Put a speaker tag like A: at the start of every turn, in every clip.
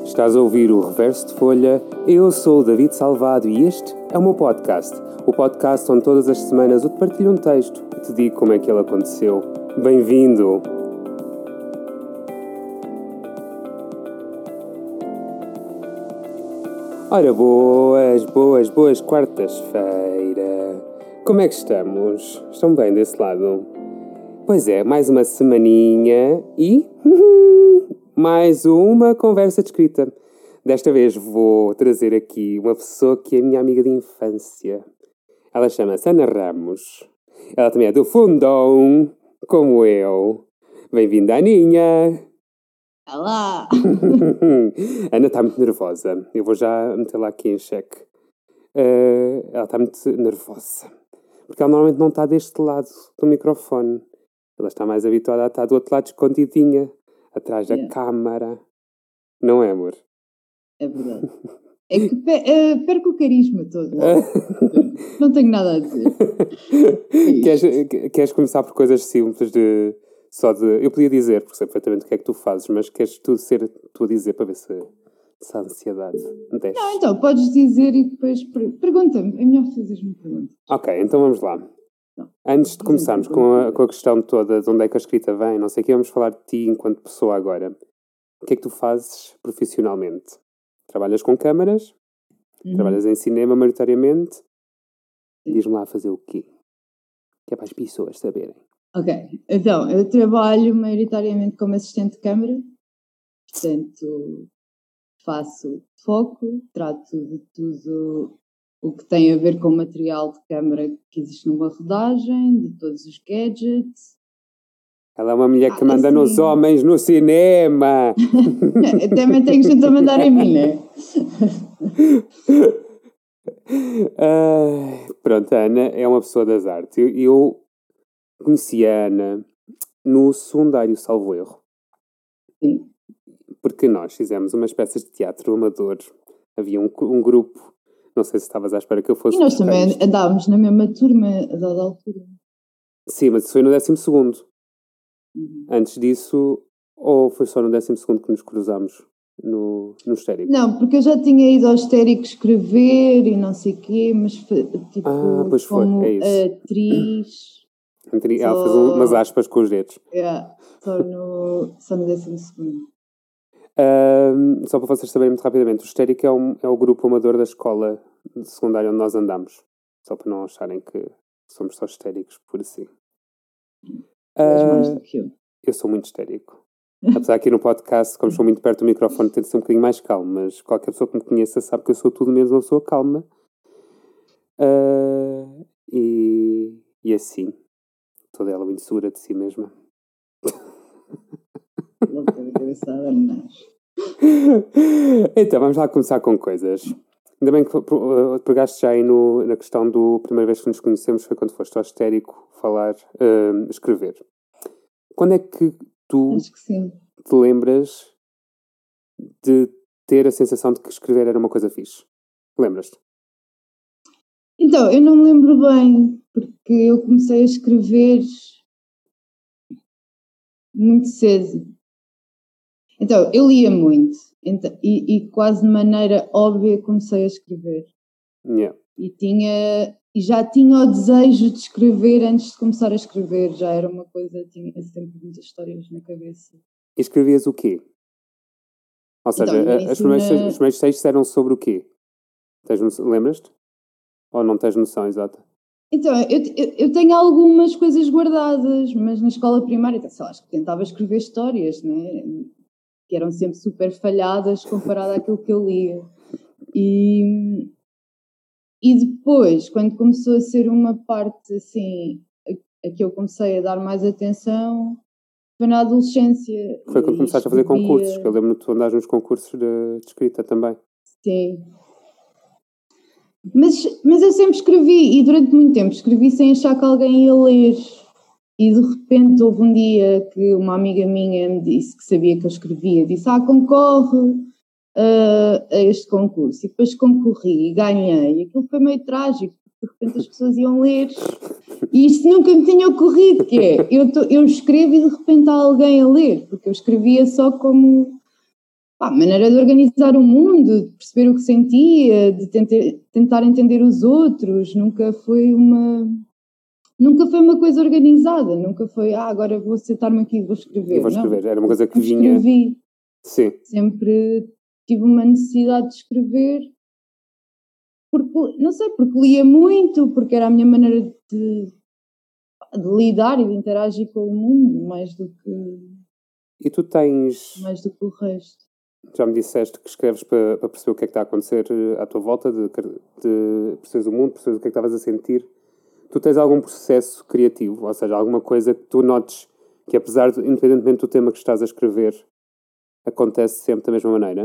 A: Estás a ouvir o Reverso de Folha, eu sou o David Salvado e este é o meu podcast. O podcast onde todas as semanas eu te partilho um texto e te digo como é que ele aconteceu. Bem-vindo! Ora, boas quartas-feira. Como é que estamos? Estão bem desse lado? Pois é, mais uma semaninha e... mais uma conversa de escrita. Desta vez vou trazer aqui uma pessoa que é minha amiga de infância. Ela chama-se Ana Ramos. Ela também é do Fundão, como eu. Bem-vinda, Aninha!
B: Olá!
A: Ana está muito nervosa. Eu vou já metê-la aqui em xeque. Ela está muito nervosa. Porque ela normalmente não está deste lado do microfone. Ela está mais habituada a estar do outro lado escondidinha, atrás da câmara. Não é, amor?
B: É verdade. É que perco o carisma todo. Não tenho nada a dizer.
A: Queres começar por coisas simples eu podia dizer, porque sei perfeitamente o que é que tu fazes, mas queres tu ser tu a dizer para ver se a ansiedade desce?
B: Não, então, podes dizer e depois pergunta-me. É melhor fazeres-me pergunta.
A: Ok, então vamos lá.
B: Não.
A: Antes de começarmos com a questão toda de onde é que a escrita vem, não sei o que, vamos falar de ti enquanto pessoa agora. O que é que tu fazes profissionalmente? Trabalhas com câmaras? Trabalhas em cinema maioritariamente? Diz-me lá fazer o quê? Que é para as pessoas saberem.
B: Ok, então, eu trabalho maioritariamente como assistente de câmara. Portanto, faço foco, trato de tudo o que tem a ver com o material de câmara que existe numa rodagem, de todos os gadgets.
A: Ela é uma mulher que manda nos homens no cinema!
B: Eu também tenho gente a mandar em mim, né?
A: Pronto, a Ana é uma pessoa das artes. Eu conheci a Ana no secundário, salvo erro.
B: Sim.
A: Porque nós fizemos umas peças de teatro amador. Havia um grupo, não sei se estavas à espera que eu fosse.
B: E nós também andávamos na mesma turma a dada altura.
A: Sim, mas isso foi no 12º. Antes disso, ou foi só no 12º que nos cruzámos no Histérico?
B: Não, porque eu já tinha ido ao Histérico escrever e não sei o quê, mas tipo,
A: pois
B: como
A: foi, é isso.
B: atriz...
A: Ela fez umas aspas com os dedos.
B: Só no 12º.
A: Só para vocês saberem muito rapidamente, o Histérico é o grupo amador da escola de secundária onde nós andamos. Só para não acharem que somos só histéricos, por assim.
B: És mais do que eu.
A: Eu sou muito histérico. Apesar que aqui no podcast, como estou muito perto do microfone, tento ser um bocadinho mais calmo, mas qualquer pessoa que me conheça sabe que eu sou tudo menos uma pessoa calma. E assim, toda ela muito segura de si mesma.
B: Não tenho cabeçada, mas...
A: Então, vamos lá começar com coisas. Ainda bem que pegaste já aí na questão do primeira vez que nos conhecemos foi quando foste ao Histérico escrever. Quando é que tu te lembras de ter a sensação de que escrever era uma coisa fixe? Lembras-te?
B: Então, eu não me lembro bem, porque eu comecei a escrever muito cedo. Então, eu lia muito e quase de maneira óbvia comecei a escrever.
A: Yeah.
B: E já tinha o desejo de escrever antes de começar a escrever, já era uma coisa, tinha sempre muitas histórias na cabeça.
A: E escrevias o quê? Ou seja, os primeiros textos eram sobre o quê? Lembras-te? Ou não tens noção exata?
B: Então, eu tenho algumas coisas guardadas, mas na escola primária, então, sei lá, acho que tentava escrever histórias, né? Que eram sempre super falhadas comparado àquilo que eu lia. E depois, quando começou a ser uma parte assim, a que eu comecei a dar mais atenção, foi na adolescência.
A: Foi quando começaste a fazer concursos, que eu lembro que tu andaste nos concursos de escrita também.
B: Sim. Mas eu sempre escrevi, e durante muito tempo escrevi sem achar que alguém ia ler. E de repente houve um dia que uma amiga minha me disse que sabia que eu escrevia, disse, concorre a este concurso. E depois concorri e ganhei. E aquilo foi meio trágico, de repente as pessoas iam ler. E isto nunca me tinha ocorrido, que é, eu escrevo e de repente há alguém a ler, porque eu escrevia só como a maneira de organizar o mundo, de perceber o que sentia, de tentar entender os outros. Nunca foi uma coisa organizada, nunca foi, agora vou sentar-me aqui e vou escrever.
A: E vou escrever,
B: não.
A: era uma coisa que
B: Sempre
A: vinha...
B: escrevi.
A: Sim.
B: Sempre tive uma necessidade de escrever, porque lia muito, porque era a minha maneira de lidar e de interagir com o mundo, mais do que...
A: E tu tens...
B: mais do que o resto.
A: Já me disseste que escreves para perceber o que é que está a acontecer à tua volta, de perceberes o mundo, perceberes o que é que estavas a sentir. Tu tens algum processo criativo, ou seja, alguma coisa que tu notes que, apesar de, independentemente do tema que estás a escrever, acontece sempre da mesma maneira?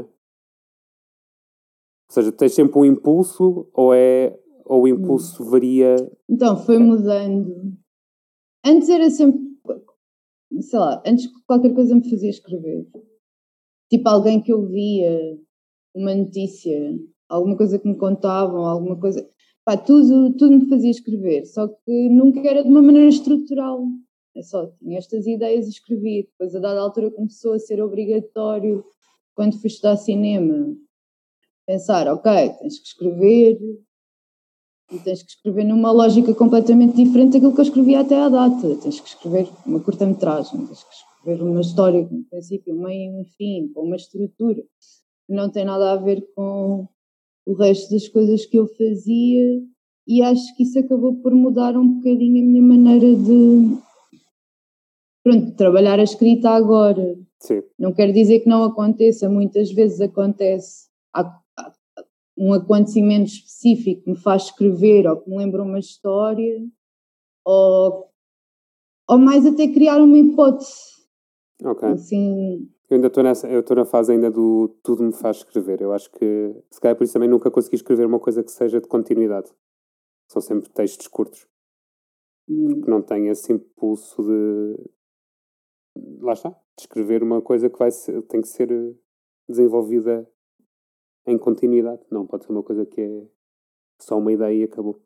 A: Ou seja, tens sempre um impulso ou o impulso varia?
B: Então, foi mudando. Antes era sempre, sei lá, antes qualquer coisa me fazia escrever. Tipo alguém que eu via, uma notícia, alguma coisa que me contavam, alguma coisa... tudo me fazia escrever, só que nunca era de uma maneira estrutural. É só, tinha estas ideias e escrevia. Depois, a dada altura, começou a ser obrigatório, quando fui estudar cinema, pensar, ok, tens que escrever, e tens que escrever numa lógica completamente diferente daquilo que eu escrevia até à data. Tens que escrever uma curta-metragem, tens que escrever uma história com um princípio, um meio e um fim, com uma estrutura que não tem nada a ver com o resto das coisas que eu fazia, e acho que isso acabou por mudar um bocadinho a minha maneira de trabalhar a escrita agora.
A: Sim.
B: Não quer dizer que não aconteça, muitas vezes acontece. Há um acontecimento específico que me faz escrever ou que me lembra uma história, ou mais até criar uma hipótese.
A: Ok.
B: Assim...
A: Eu ainda estou na fase ainda do tudo me faz escrever. Eu acho que, se calhar por isso também nunca consegui escrever uma coisa que seja de continuidade. São sempre textos curtos. Porque não tenho esse impulso de... Lá está. De escrever uma coisa que tem que ser desenvolvida em continuidade. Não pode ser uma coisa que é só uma ideia e acabou.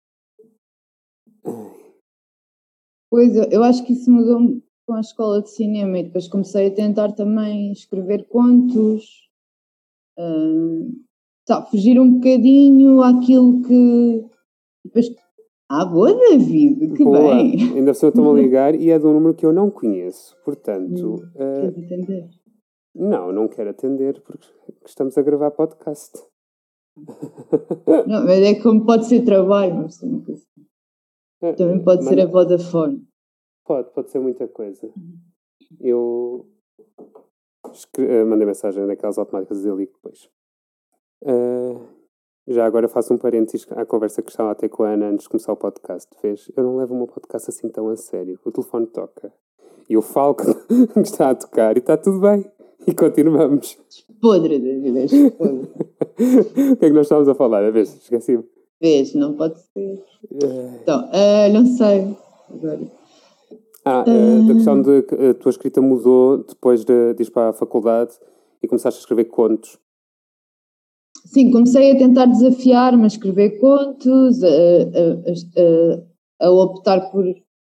B: Pois, eu acho que isso mudou com a escola de cinema, e depois comecei a tentar também escrever contos, fugir um bocadinho àquilo que... Depois... boa, David, que
A: boa.
B: bem!
A: Ainda a estão a ligar e é de um número que eu não conheço, portanto...
B: Queres entender?
A: Não quero atender porque estamos a gravar podcast.
B: Não, mas é como pode ser trabalho, mas também pode ser a Vodafone.
A: Pode ser muita coisa. Eu mandei mensagem daquelas automáticas e ligo depois. Já agora faço um parênteses à conversa que estava a ter com a Ana antes de começar o podcast. Vês? Eu não levo o meu podcast assim tão a sério. O telefone toca. E eu falo que está a tocar e está tudo bem. E continuamos.
B: Podre, David, podre.
A: O que é que nós estávamos a falar? A vez, esqueci-me.
B: Vês, não pode ser. Então, não sei. Agora.
A: Da questão de que a tua escrita mudou depois de ir para a faculdade e começaste a escrever contos.
B: Sim, comecei a tentar desafiar-me a escrever contos, a optar por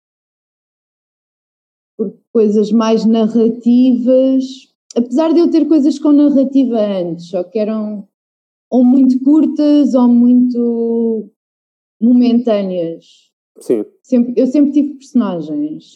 B: coisas mais narrativas, apesar de eu ter coisas com narrativa antes, só que eram ou muito curtas ou muito momentâneas.
A: Sim.
B: Eu sempre tive personagens,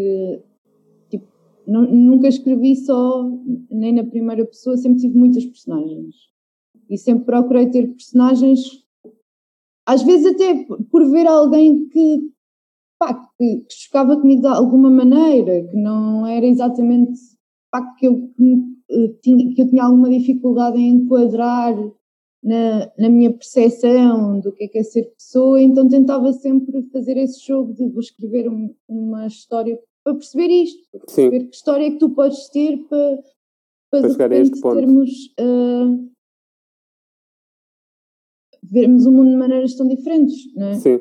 B: nunca escrevi só, nem na primeira pessoa, sempre tive muitas personagens. E sempre procurei ter personagens, às vezes até por ver alguém que chocava comigo de alguma maneira, que não era exatamente que eu tinha alguma dificuldade em enquadrar na minha percepção do que é ser pessoa, então tentava sempre fazer esse jogo de vou escrever uma história para perceber isto, para perceber que história é que tu podes ter para de repente vermos o mundo de maneiras tão diferentes, não é?
A: Sim.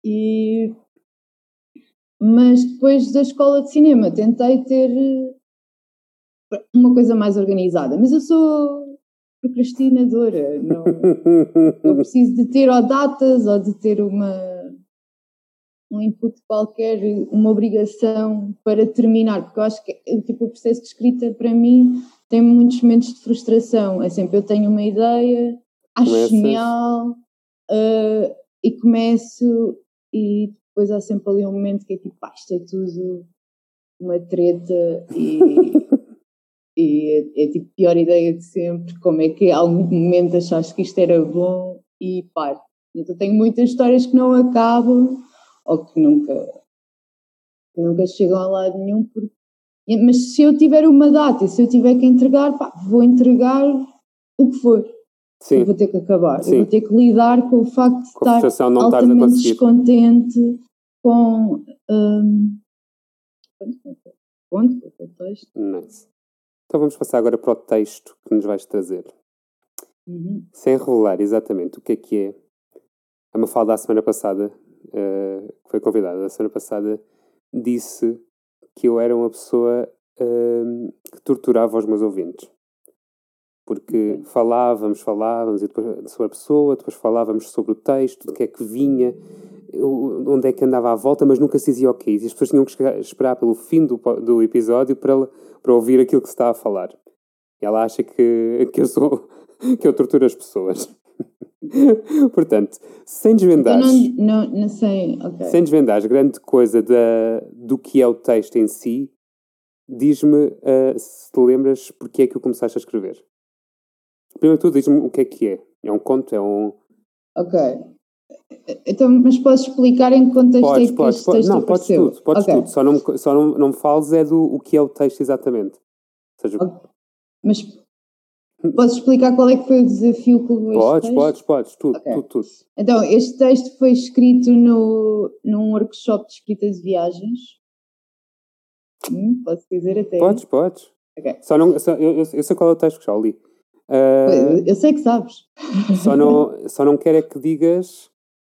B: Mas depois da escola de cinema tentei ter uma coisa mais organizada, mas eu sou procrastinadora, não eu preciso de ter ou datas ou de ter um input qualquer, uma obrigação para terminar, porque eu acho que tipo, o processo de escrita para mim tem muitos momentos de frustração. É sempre, eu tenho uma ideia, acho genial, e começo, e depois há sempre ali um momento que é tipo, isto é tudo uma treta e é tipo a pior ideia de sempre. Como é que a algum momento achaste que isto era bom e paro. Então tenho muitas histórias que não acabam ou que nunca chegam a lado nenhum. Mas se eu tiver uma data e se eu tiver que entregar, vou entregar o que for.
A: Sim.
B: Eu vou ter que acabar.
A: Sim.
B: Eu vou ter que lidar com o facto de estar altamente descontente com o texto.
A: Nice. Então vamos passar agora para o texto que nos vais trazer. Sem revelar exatamente o que é. A Mafalda, da semana passada, que foi convidada da semana passada, disse que eu era uma pessoa que torturava os meus ouvintes. Porque falávamos e depois sobre a pessoa, depois falávamos sobre o texto, do que é que vinha, onde é que andava à volta, mas nunca se dizia ok. E as pessoas tinham que esperar pelo fim do episódio para ouvir aquilo que se está a falar. E ela acha que eu torturo as pessoas. Portanto, sem desvendar.
B: Não sei, ok.
A: Sem desvendar grande coisa do que é o texto em si, diz-me se te lembras porque é que o começaste a escrever. Primeiro de tudo, diz-me o que é. É um conto? É um...
B: Ok. Então, mas podes explicar em que contexto é que este texto apareceu?
A: Podes tudo. Só não me fales é do que é o texto exatamente. Ou seja,
B: Mas podes explicar qual é que foi o desafio que levou este texto?
A: Podes. Tudo.
B: Então, este texto foi escrito num workshop de escrita de viagens. Posso dizer até?
A: Podes.
B: Okay.
A: Eu sei qual é o texto que já li.
B: Eu sei que sabes.
A: Só não quero é que digas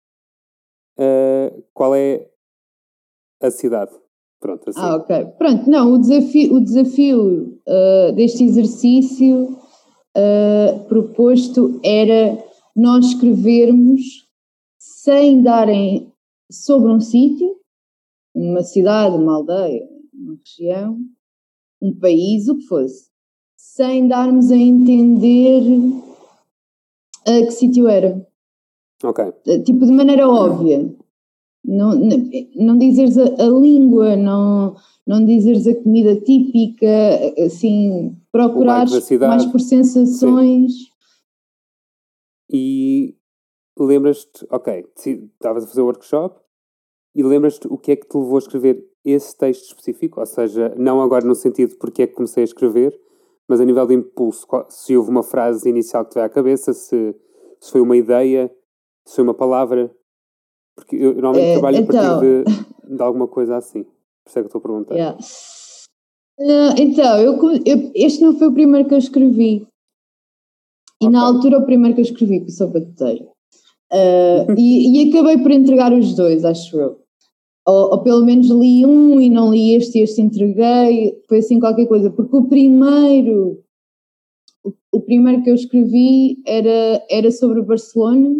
A: qual é a cidade. Pronto, assim.
B: Ok. Pronto, não, o desafio deste exercício proposto era nós escrevermos sem darem sobre um sítio, uma cidade, uma aldeia, uma região, um país, o que fosse, sem darmos a entender que sítio era.
A: Ok.
B: Tipo, de maneira óbvia. Não dizeres a língua, não dizeres a comida típica, assim, procurares mais por sensações.
A: Sim. E lembras-te, ok, estavas a fazer o workshop e lembras-te o que é que te levou a escrever esse texto específico? Ou seja, não agora no sentido de porque é que comecei a escrever, mas a nível de impulso, se houve uma frase inicial que te veio à cabeça, se foi uma ideia, se foi uma palavra, porque eu normalmente trabalho a partir de alguma coisa assim. Por isso é que eu estou a perguntar.
B: Yeah. Este não foi o primeiro que eu escrevi. E na altura o primeiro que eu escrevi, que sou bateteiro. E acabei por entregar os dois, acho eu. Ou pelo menos li um e não li este entreguei. Foi assim qualquer coisa. Porque o primeiro que eu escrevi era sobre Barcelona.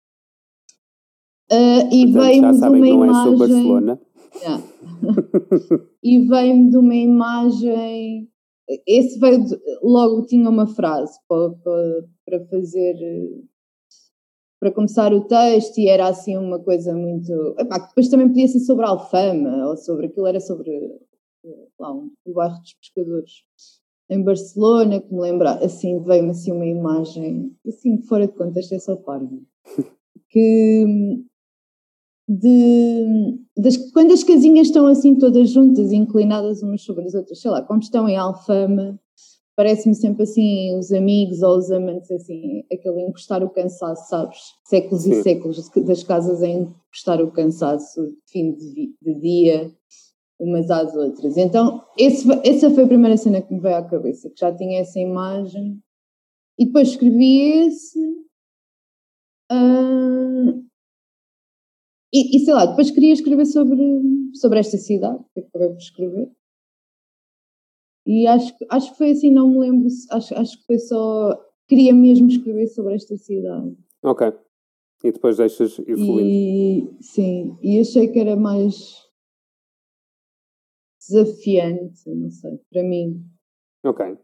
B: E veio-me de uma imagem.
A: Sobre Barcelona.
B: Yeah. E veio-me de uma imagem. Esse veio logo tinha uma frase para fazer, para começar o texto, e era assim uma coisa muito. Depois também podia ser sobre Alfama, ou sobre aquilo, era sobre lá, o bairro dos Pescadores em Barcelona, que me lembra, assim, veio-me assim uma imagem, assim, fora de contexto, é só parvo. Que. Quando as casinhas estão assim todas juntas, inclinadas umas sobre as outras, sei lá, como estão em Alfama, parece-me sempre assim, os amigos ou os amantes, assim, aquele encostar o cansaço, sabes? Séculos e séculos das casas a encostar o cansaço, fim de dia, umas às outras. Então, essa foi a primeira cena que me veio à cabeça, que já tinha essa imagem. E depois escrevi esse. E sei lá, depois queria escrever sobre esta cidade, que acabei por escrever. E acho que foi assim, não me lembro, acho que foi só, queria mesmo escrever sobre esta cidade.
A: Ok. E depois deixas ir fluindo.
B: Sim, e achei que era mais desafiante, não sei, para mim.
A: Ok.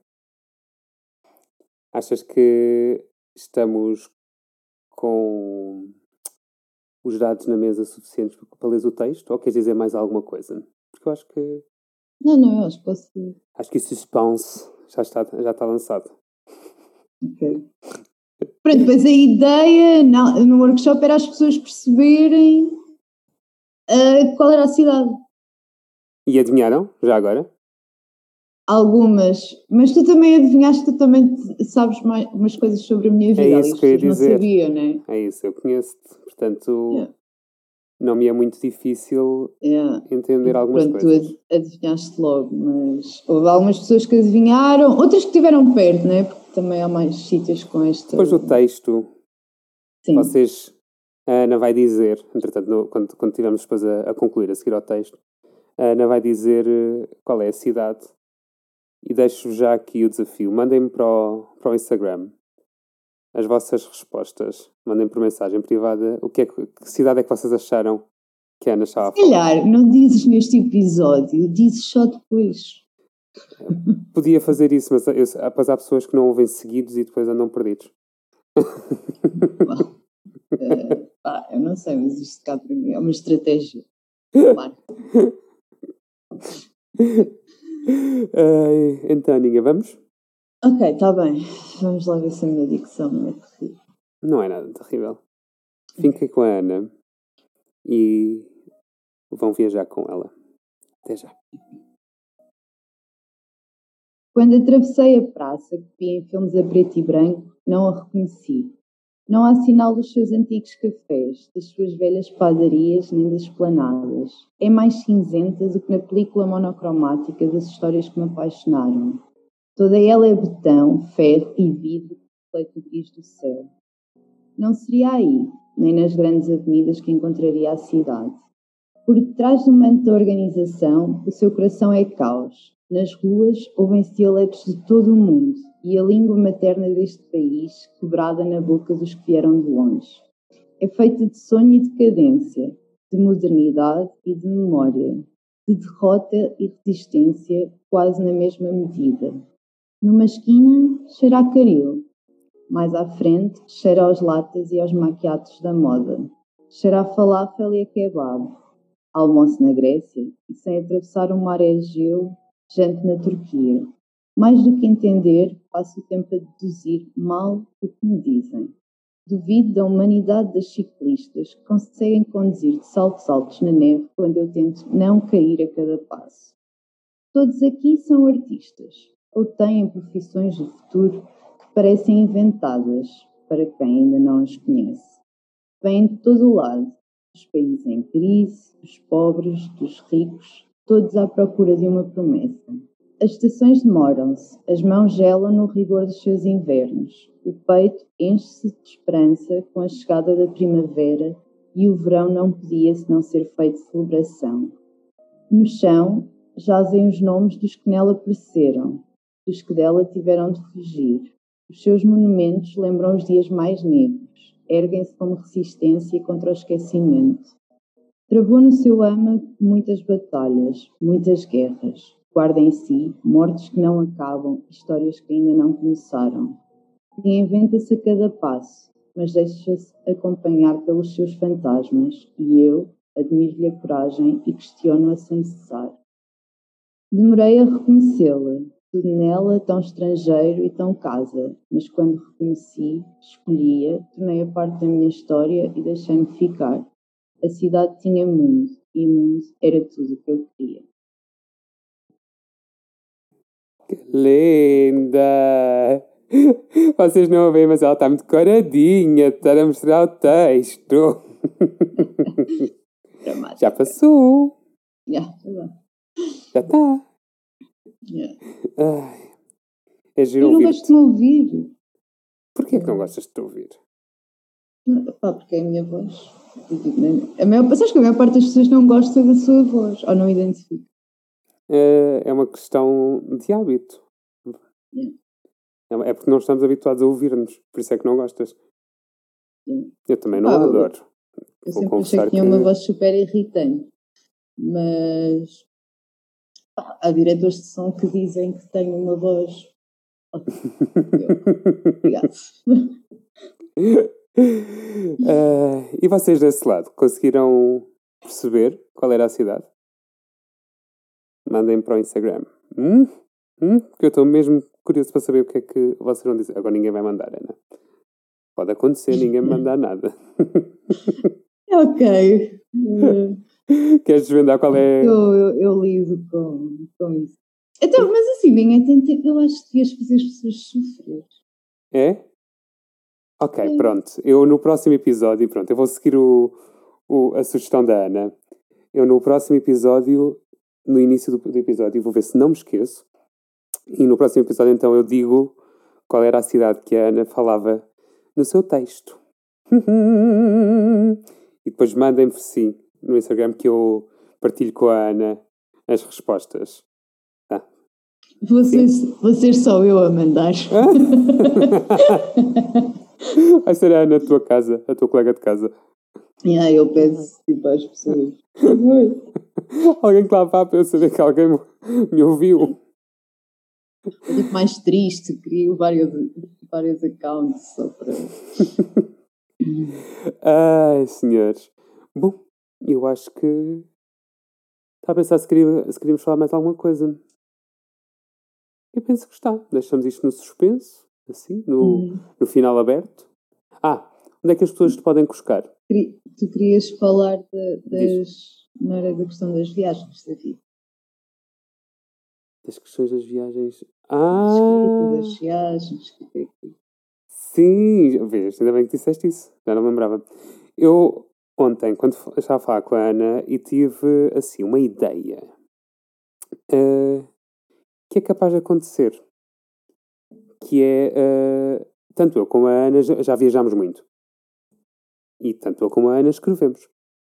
A: Achas que estamos com os dados na mesa suficientes para ler o texto? Ou queres dizer mais alguma coisa? Porque eu acho que...
B: Não, eu acho que posso...
A: Acho que o suspense já está lançado.
B: Ok. Pronto, depois a ideia no workshop era as pessoas perceberem qual era a cidade.
A: E adivinharam, já agora?
B: Algumas, mas tu também adivinhaste, tu também sabes mais umas coisas sobre a minha vida.
A: É
B: Ali
A: isso
B: as
A: que eu ia
B: pessoas não
A: dizer.
B: sabiam, não é?
A: É isso, eu conheço-te. Portanto,
B: Yeah.
A: não me é muito difícil entender algumas
B: Pronto,
A: coisas.
B: tu adivinhaste logo, mas houve algumas pessoas que adivinharam, outras que estiveram perto, não é? Porque também há mais sítios com esta...
A: Depois do texto,
B: Sim.
A: vocês... A Ana vai dizer, entretanto, quando estivermos depois a concluir, a seguir ao texto, a Ana vai dizer qual é a cidade. E deixo-vos já aqui o desafio. Mandem-me para o Instagram as vossas respostas. Mandem por mensagem privada que cidade é que vocês acharam que a Ana estava a falar.
B: Se calhar, não dizes neste episódio, dizes só depois.
A: Podia fazer isso, mas apesar há pessoas que não ouvem seguidos e depois andam perdidos.
B: Eu não sei, mas isto cá para mim é uma estratégia. Claro.
A: Então, Aninha, vamos?
B: Ok, está bem. Vamos lá ver se a minha dicção não é terrível.
A: Não é nada terrível. Fiquem com a Ana e vão viajar com ela. Até já.
B: Quando atravessei a praça, que vi em filmes a preto e branco, não a reconheci. Não há sinal dos seus antigos cafés, das suas velhas padarias, nem das esplanadas. É mais cinzenta do que na película monocromática das histórias que me apaixonaram. Toda ela é betão, ferro e vidro que reflete o gris do céu. Não seria aí, nem nas grandes avenidas, que encontraria a cidade. Por detrás do manto da organização, o seu coração é caos. Nas ruas, ouvem-se dialetos de todo o mundo e a língua materna deste país, quebrada na boca dos que vieram de longe. É feita de sonho e decadência, de modernidade e de memória, de derrota e resistência, quase na mesma medida. Numa esquina, cheira a caril. Mais à frente, cheira aos latas e aos maquiatos da moda. Cheira a falafel e a kebab. Almoço na Grécia e, sem atravessar o mar Egeu, jante na Turquia. Mais do que entender, passo o tempo a deduzir mal o que me dizem. Duvido da humanidade das ciclistas que conseguem conduzir de saltos altos na neve quando eu tento não cair a cada passo. Todos aqui são artistas, ou têm profissões do futuro que parecem inventadas para quem ainda não as conhece. Vêm de todo o lado, dos países em crise, dos pobres, dos ricos, todos à procura de uma promessa. As estações demoram-se, as mãos gelam no rigor dos seus invernos, o peito enche-se de esperança com a chegada da primavera e o verão não podia senão ser feito de celebração. No chão jazem os nomes dos que nela pereceram, dos que dela tiveram de fugir. Os seus monumentos lembram os dias mais negros, erguem-se como resistência contra o esquecimento. Travou no seu âmago muitas batalhas, muitas guerras. Guarda em si mortes que não acabam, histórias que ainda não começaram. Reinventa-se a cada passo, mas deixa-se acompanhar pelos seus fantasmas, e eu admiro-lhe a coragem e questiono-a sem cessar. Demorei a reconhecê-la, tudo nela tão estrangeiro e tão casa, mas quando reconheci, escolhi-a, tornei-a parte da minha história e deixei-me ficar. A cidade tinha mundo, e mundo era tudo o que eu queria.
A: Que linda! Vocês não ouvem, mas ela está muito coradinha, está a mostrar o texto. Já passou.
B: Já
A: está. É giro
B: eu não
A: ouvir-te.
B: gosto de me ouvir.
A: Porquê que não gostas de te ouvir?
B: Porque é a minha voz. Sabes que a maior parte das pessoas não gosta da sua voz, ou não identifica.
A: É uma questão de hábito.
B: Yeah.
A: É porque não estamos habituados a ouvir-nos, por isso é que não gostas. Eu também não
B: Pá,
A: adoro.
B: Eu
A: Vou
B: sempre achei
A: confessar
B: que tinha uma voz super irritante, mas há diretores de som que dizem que tenho uma voz ótima. Obrigado.
A: E vocês desse lado, conseguiram perceber qual era a cidade? Mandem para o Instagram. Porque eu estou mesmo curioso para saber o que é que vocês vão dizer. Agora ninguém vai mandar, Ana. Pode acontecer, ninguém me mandar nada.
B: Ok.
A: Queres desvendar qual é?
B: Eu lido com isso. Então, mas assim, ninguém tem tempo. Eu acho que devias fazer as pessoas sofrer.
A: É? Ok, pronto. Eu no próximo episódio, pronto, eu vou seguir a sugestão da Ana. Eu no próximo episódio, no início do episódio, vou ver se não me esqueço. E no próximo episódio, então, eu digo qual era a cidade que a Ana falava no seu texto. E depois mandem-me sim no Instagram que eu partilho com a Ana as respostas.
B: Vocês só eu a mandar.
A: Vai ser a Ana a tua casa, a tua colega de casa.
B: Eu peço tipo às pessoas.
A: Alguém que lá vá para eu saber que alguém me ouviu.
B: Eu fico mais triste, crio vários accounts só para.
A: Ai, senhores. Bom, eu acho que está a pensar se queríamos falar mais alguma coisa. Eu penso que está. Deixamos isto no suspenso, assim, no final aberto. Onde é que as pessoas te podem buscar?
B: Tu querias falar não era da questão das viagens, David?
A: Das questões das viagens.
B: Das viagens.
A: Sim, vês, ainda bem que disseste isso. Já não me lembrava. Eu, ontem, quando estava a falar com a Ana, e tive, assim, uma ideia que é capaz de acontecer. Que é, tanto eu como a Ana já viajámos muito. E tanto eu como a Ana escrevemos.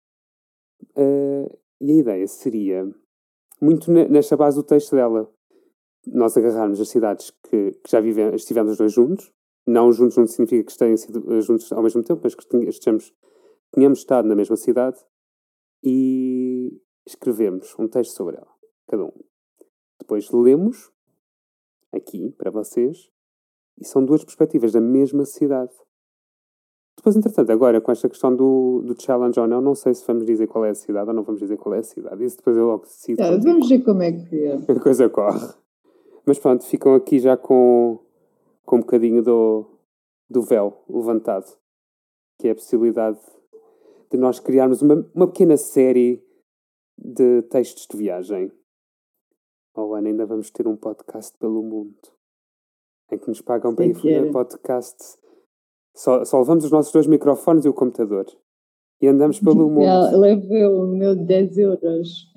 A: E a ideia seria, muito nesta base do texto dela, nós agarrarmos as cidades que já estivemos os dois juntos. Não juntos não significa que tenham sido juntos ao mesmo tempo, mas que tínhamos estado na mesma cidade e escrevemos um texto sobre ela, cada um. Depois lemos aqui para vocês e são duas perspectivas da mesma cidade. Depois, entretanto, agora com esta questão do challenge ou não sei se vamos dizer qual é a cidade ou não vamos dizer qual é a cidade. Isso depois eu logo decido.
B: Vamos ver como é que é.
A: A coisa corre. Mas pronto, ficam aqui já com um bocadinho do véu levantado, que é a possibilidade de nós criarmos uma pequena série de textos de viagem. Ana, ainda vamos ter um podcast pelo mundo em que nos pagam para ir fazer podcast. Só levamos os nossos 2 microfones e o computador. E andamos pelo mundo.
B: Leve o meu 10 euros.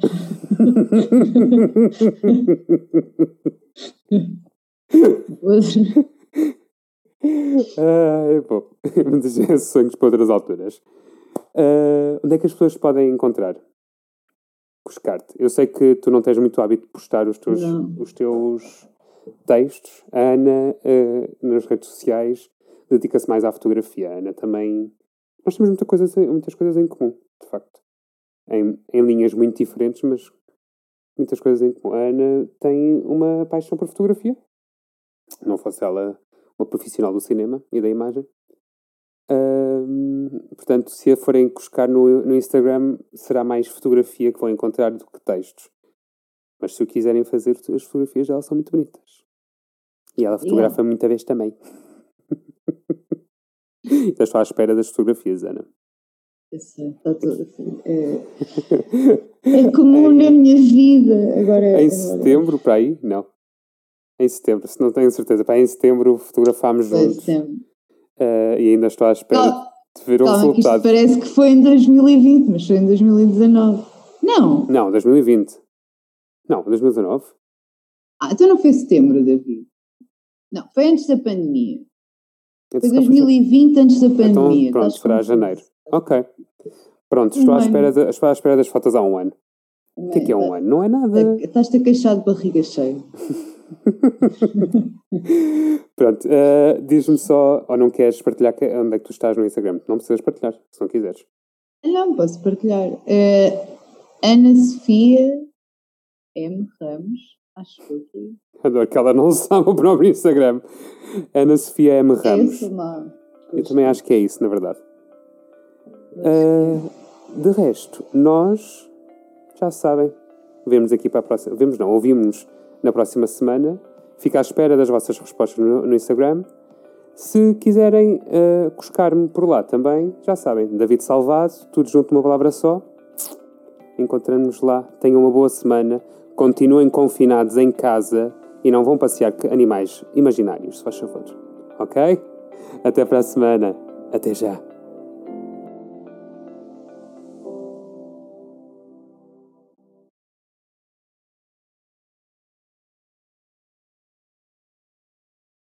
A: Bom, esses sonhos para outras alturas. Onde é que as pessoas podem encontrar? Buscar-te. Eu sei que tu não tens muito hábito de postar os teus textos. A Ana, nas redes sociais, dedica-se mais à fotografia. A Ana também... Nós temos muitas coisas em comum, de facto. Em linhas muito diferentes, mas muitas coisas em comum. A Ana tem uma paixão por fotografia. Não fosse ela uma profissional do cinema e da imagem. Portanto, se a forem buscar no Instagram, será mais fotografia que vão encontrar do que textos. Mas se o quiserem fazer, as fotografias dela são muito bonitas. E ela fotografa muita vez também. Então estou à espera das fotografias, Ana.
B: Eu sei, está tudo assim. É comum na minha vida. Agora,
A: setembro, para aí? Não. Em setembro, se não tenho certeza. Em setembro fotografámos juntos. E ainda estou à espera de ver o resultado.
B: Isto parece que foi em 2020, mas foi em 2019. Não,
A: 2020. Não, 2019.
B: Então não foi setembro, David. Não, foi antes da pandemia. Foi 2020, antes da pandemia.
A: Então, pronto, será janeiro. Ok. Pronto, estou à espera das fotos há um ano. O que é um ano? Não é nada.
B: Estás-te a queixar de barriga cheia.
A: Pronto, diz-me só, ou não queres partilhar onde é que tu estás no Instagram? Não precisas partilhar, se não quiseres.
B: Não, posso partilhar. Ana Sofia M. Ramos, acho que aqui.
A: Adoro que ela não sabe o próprio Instagram. Ana Sofia M. Ramos. Eu também acho que é isso, na verdade. De resto, nós já sabem. Vemos aqui para a próxima. Vemos não, ouvimos-nos na próxima semana. Fico à espera das vossas respostas no Instagram. Se quiserem buscar-me por lá também, já sabem. David Salvado, tudo junto numa palavra só. Encontramos-nos lá. Tenham uma boa semana. Continuem confinados em casa e não vão passear animais imaginários, se faz favor. Ok? Até para a semana. Até já.